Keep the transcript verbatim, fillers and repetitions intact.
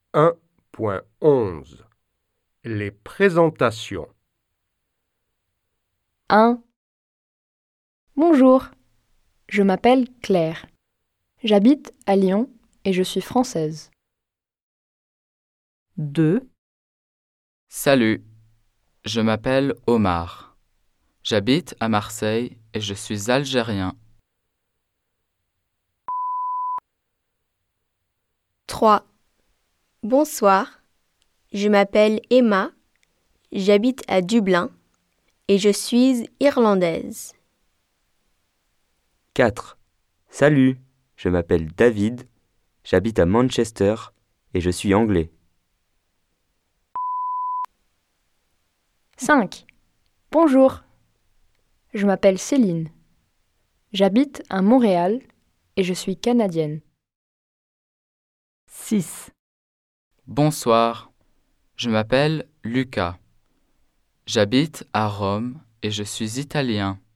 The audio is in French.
un point onze. Les présentations. un. Bonjour, je m'appelle Claire. J'habite à Lyon et je suis française. deux. Salut, je m'appelle Omar. J'habite à Marseille et je suis algérien. trois. Bonsoir, je m'appelle Emma, j'habite à Dublin et je suis irlandaise. quatre. Salut, je m'appelle David, j'habite à Manchester et je suis anglais. cinq. Bonjour, je m'appelle Céline. J'habite à Montréal et je suis canadienne. six. Bonsoir, je m'appelle Lucas. J'habite à Rome et je suis italien.